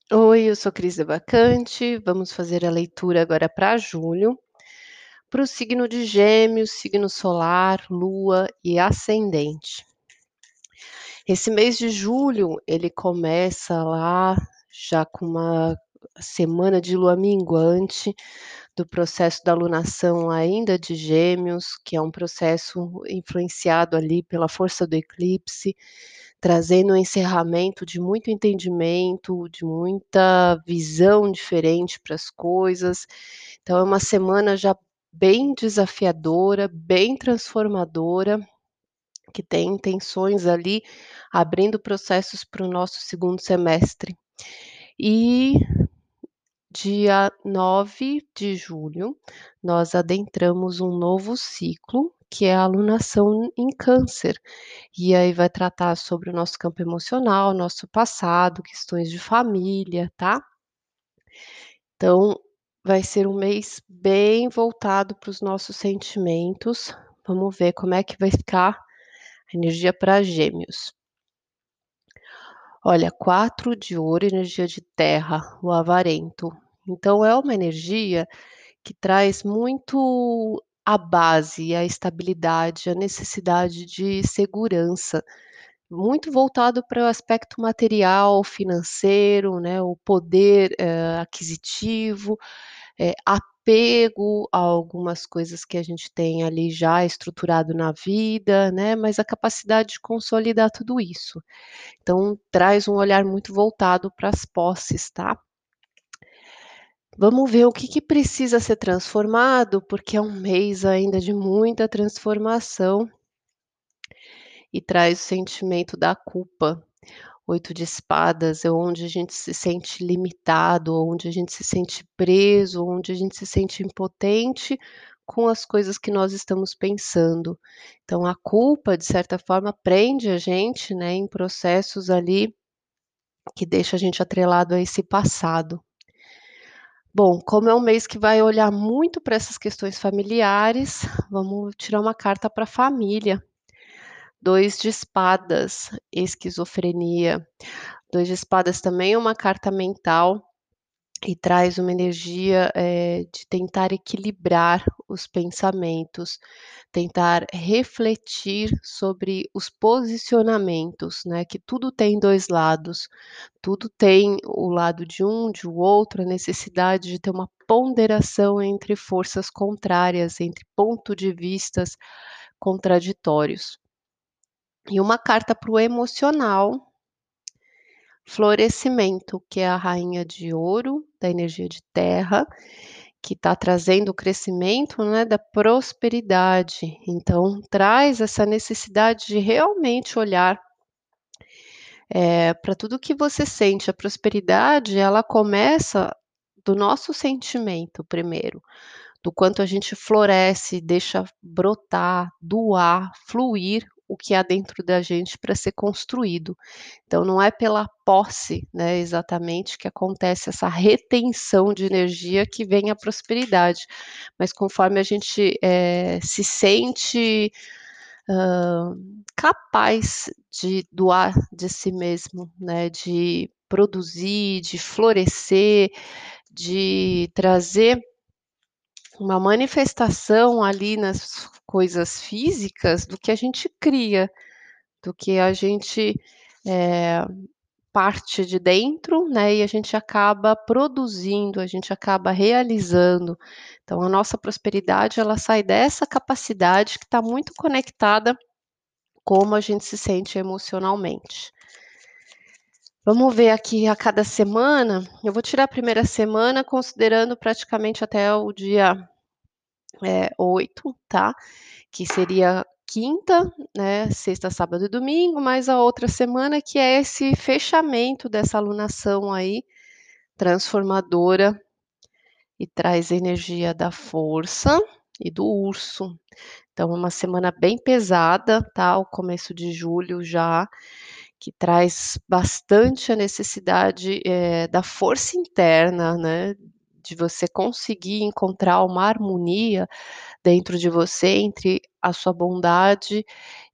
Oi, eu sou Cris Bacante. Vamos fazer a leitura agora para julho, para o signo de Gêmeos, signo solar, lua e ascendente. Esse mês de julho, ele começa lá já com uma semana de lua minguante, do processo da alunação ainda de Gêmeos, que é um processo influenciado ali pela força do eclipse, trazendo um encerramento de muito entendimento, de muita visão diferente para as coisas. Então é uma semana já bem desafiadora, bem transformadora, que tem intenções ali abrindo processos para o nosso segundo semestre. E dia 9 de julho, nós adentramos um novo ciclo, que é a alunação em Câncer. E aí vai tratar sobre o nosso campo emocional, nosso passado, questões de família, tá? Então, vai ser um mês bem voltado para os nossos sentimentos. Vamos ver como é que vai ficar a energia para Gêmeos. Olha, 4 de ouro, energia de terra, o avarento. Então é uma energia que traz muito a base, a estabilidade, a necessidade de segurança, muito voltado para o aspecto material, financeiro, né, o poder, aquisitivo, apego a algumas coisas que a gente tem ali já estruturado na vida, né, mas a capacidade de consolidar tudo isso. Então, traz um olhar muito voltado para as posses, tá? Vamos ver o que precisa ser transformado, porque é um mês ainda de muita transformação e traz o sentimento da culpa. 8 de espadas é onde a gente se sente limitado, onde a gente se sente preso, onde a gente se sente impotente com as coisas que nós estamos pensando. Então a culpa, de certa forma, prende a gente, né, em processos ali que deixa a gente atrelado a esse passado. Bom, como é um mês que vai olhar muito para essas questões familiares, vamos tirar uma carta para a família. 2 de espadas, esquizofrenia. 2 de espadas também é uma carta mental e traz uma energia, de tentar equilibrar os pensamentos, tentar refletir sobre os posicionamentos, né, que tudo tem 2 lados, tudo tem o lado de um, de o outro, a necessidade de ter uma ponderação entre forças contrárias, entre ponto de vistas contraditórios. E uma carta para o emocional, florescimento, que é a rainha de ouro, da energia de terra, que está trazendo o crescimento, né, da prosperidade. Então, traz essa necessidade de realmente olhar para tudo que você sente. A prosperidade, ela começa do nosso sentimento primeiro, do quanto a gente floresce, deixa brotar, doar, fluir o que há dentro da gente para ser construído. Então não é pela posse, né, exatamente, que acontece essa retenção de energia que vem a prosperidade, mas conforme a gente, se sente, hã, capaz de doar de si mesmo, né, de produzir, de florescer, de trazer uma manifestação ali nas coisas físicas do que a gente cria, do que a gente, eh, parte de dentro, né, e a gente acaba produzindo, a gente acaba realizando. Então a nossa prosperidade, ela sai dessa capacidade que está muito conectada como a gente se sente emocionalmente. Vamos ver aqui a cada semana, eu vou tirar a primeira semana considerando praticamente até o dia, 8, tá, que seria quinta, né, sexta, sábado e domingo, mais a outra semana que é esse fechamento dessa alunação aí, transformadora, e traz energia da força e do urso. Então é uma semana bem pesada, tá, o começo de julho já, que traz bastante a necessidade, da força interna, né, de você conseguir encontrar uma harmonia dentro de você entre a sua bondade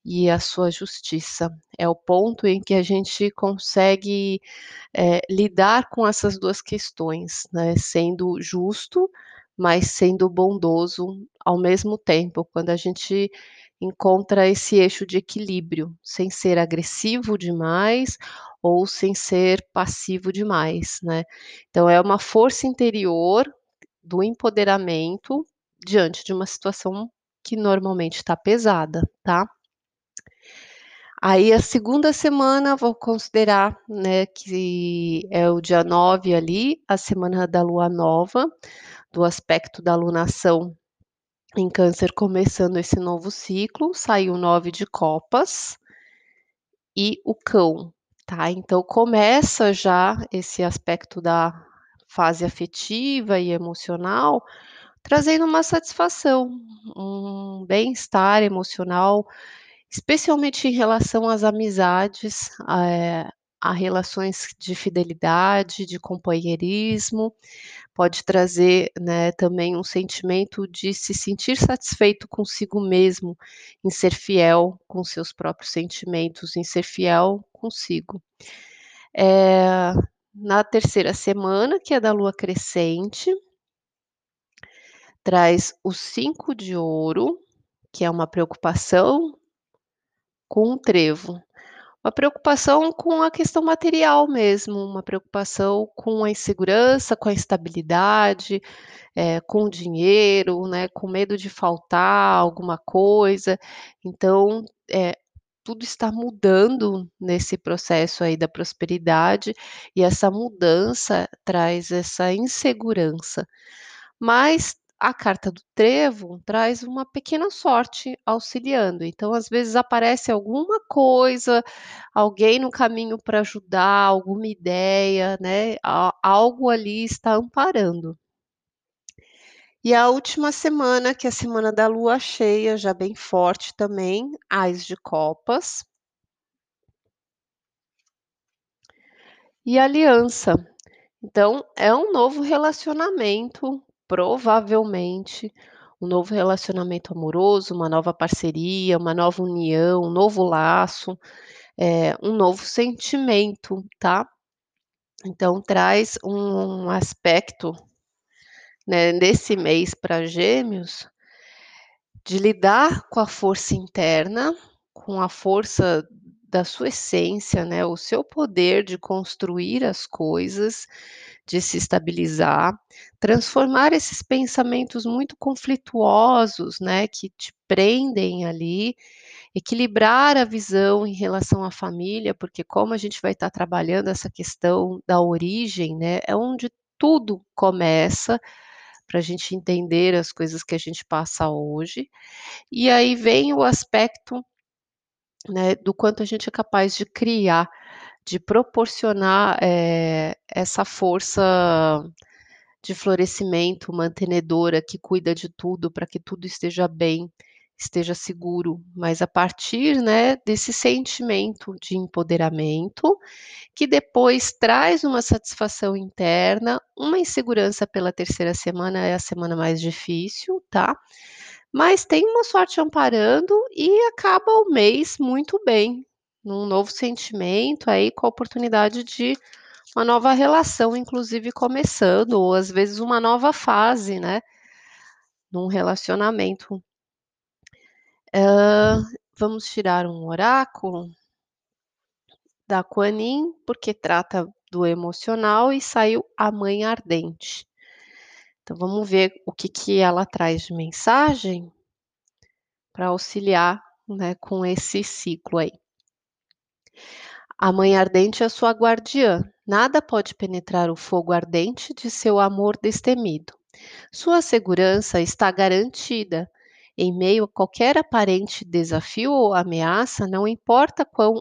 e a sua justiça. É o ponto em que a gente consegue, lidar com essas 2 questões, né, sendo justo, mas sendo bondoso ao mesmo tempo, quando a gente encontra esse eixo de equilíbrio, sem ser agressivo demais ou sem ser passivo demais, né. Então é uma força interior do empoderamento diante de uma situação que normalmente está pesada, tá. Aí a segunda semana vou considerar, né, que é o dia 9 ali, a semana da lua nova, do aspecto da alunação em Câncer começando esse novo ciclo, saiu o 9 de copas e o cão, tá. Então começa já esse aspecto da fase afetiva e emocional, trazendo uma satisfação, um bem-estar emocional, especialmente em relação às amizades, a relações de fidelidade, de companheirismo, pode trazer, né, também um sentimento de se sentir satisfeito consigo mesmo, em ser fiel com seus próprios sentimentos, em ser fiel consigo. Eh, Na terceira semana, que é da lua crescente, traz o 5 de ouro, que é uma preocupação com o trevo. Uma preocupação com a questão material mesmo, uma preocupação com a insegurança, com a instabilidade, com o dinheiro, né, com medo de faltar alguma coisa. Então, tudo está mudando nesse processo aí da prosperidade, e essa mudança traz essa insegurança. Mas a carta do trevo traz uma pequena sorte auxiliando, então às vezes aparece alguma coisa, alguém no caminho para ajudar, alguma ideia, né, algo ali está amparando. E a última semana, que é a semana da lua cheia, já bem forte também, Ás de copas e aliança. Então, é um novo relacionamento, provavelmente, um novo relacionamento amoroso, uma nova parceria, uma nova união, um novo laço, um novo sentimento, tá. Então traz um aspecto, né, nesse mês para Gêmeos, de lidar com a força interna, com a força da sua essência, né, o seu poder de construir as coisas, de se estabilizar, transformar esses pensamentos muito conflituosos, né, que te prendem ali, equilibrar a visão em relação à família, porque como a gente vai estar trabalhando essa questão da origem, né, é onde tudo começa, para a gente entender as coisas que a gente passa hoje. E aí vem o aspecto, né, do quanto a gente é capaz de criar, de proporcionar, essa força de florescimento mantenedora que cuida de tudo para que tudo esteja bem, esteja seguro, mas a partir, né, desse sentimento de empoderamento, que depois traz uma satisfação interna, uma insegurança pela terceira semana, é a semana mais difícil, tá. Mas tem uma sorte amparando e acaba o mês muito bem, num novo sentimento, aí com a oportunidade de uma nova relação, inclusive começando, ou às vezes uma nova fase, né, num relacionamento. Vamos tirar um oráculo da Kuan Yin, porque trata do emocional e saiu a Mãe Ardente. Então vamos ver o que que ela traz de mensagem para auxiliar, né, com esse ciclo aí. A Mãe Ardente é sua guardiã. Nada pode penetrar o fogo ardente de seu amor destemido. Sua segurança está garantida. Em meio a qualquer aparente desafio ou ameaça, não importa quão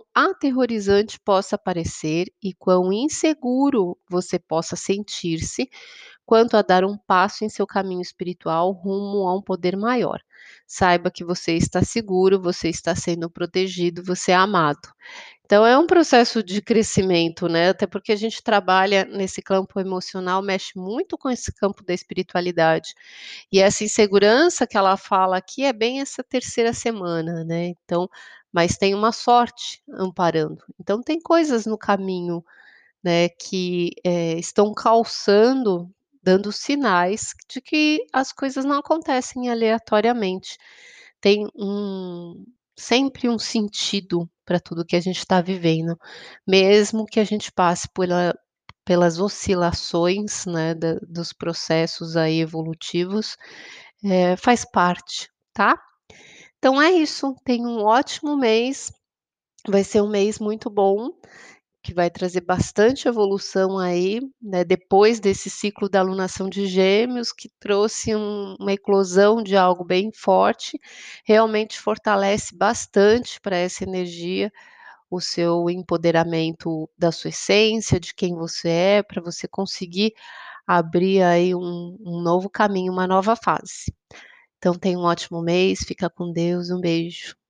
aterrorizante possa parecer e quão inseguro você possa sentir-se, quanto a dar um passo em seu caminho espiritual rumo a um poder maior. Saiba que você está seguro, você está sendo protegido, você é amado. Então é um processo de crescimento, né, até porque a gente trabalha nesse campo emocional, mexe muito com esse campo da espiritualidade. E essa insegurança que ela fala aqui é bem essa terceira semana, né, então mas tem uma sorte amparando. Então tem coisas no caminho, né, que, estão calçando, dando sinais de que as coisas não acontecem aleatoriamente. Tem sempre um sentido para tudo que a gente está vivendo, mesmo que a gente passe pelas oscilações, né, dos processos aí evolutivos, faz parte, tá. Então é isso, tenha um ótimo mês, vai ser um mês muito bom, que vai trazer bastante evolução aí, né, depois desse ciclo da alunação de Gêmeos, que trouxe uma eclosão de algo bem forte, realmente fortalece bastante para essa energia o seu empoderamento da sua essência, de quem você é, para você conseguir abrir aí um novo caminho, uma nova fase. Então tenha um ótimo mês, fica com Deus, um beijo.